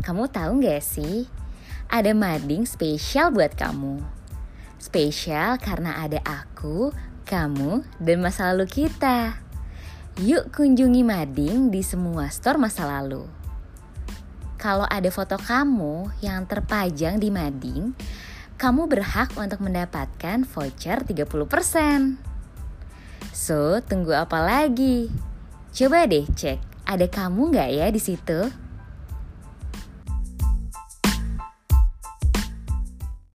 Kamu tahu gak sih, ada mading spesial buat kamu. Spesial karena ada aku, kamu, dan masa lalu kita. Yuk kunjungi mading di semua store masa lalu. Kalau ada foto kamu yang terpajang di mading, kamu berhak untuk mendapatkan voucher 30%. So, tunggu apa lagi? Coba deh cek, ada kamu gak ya di situ?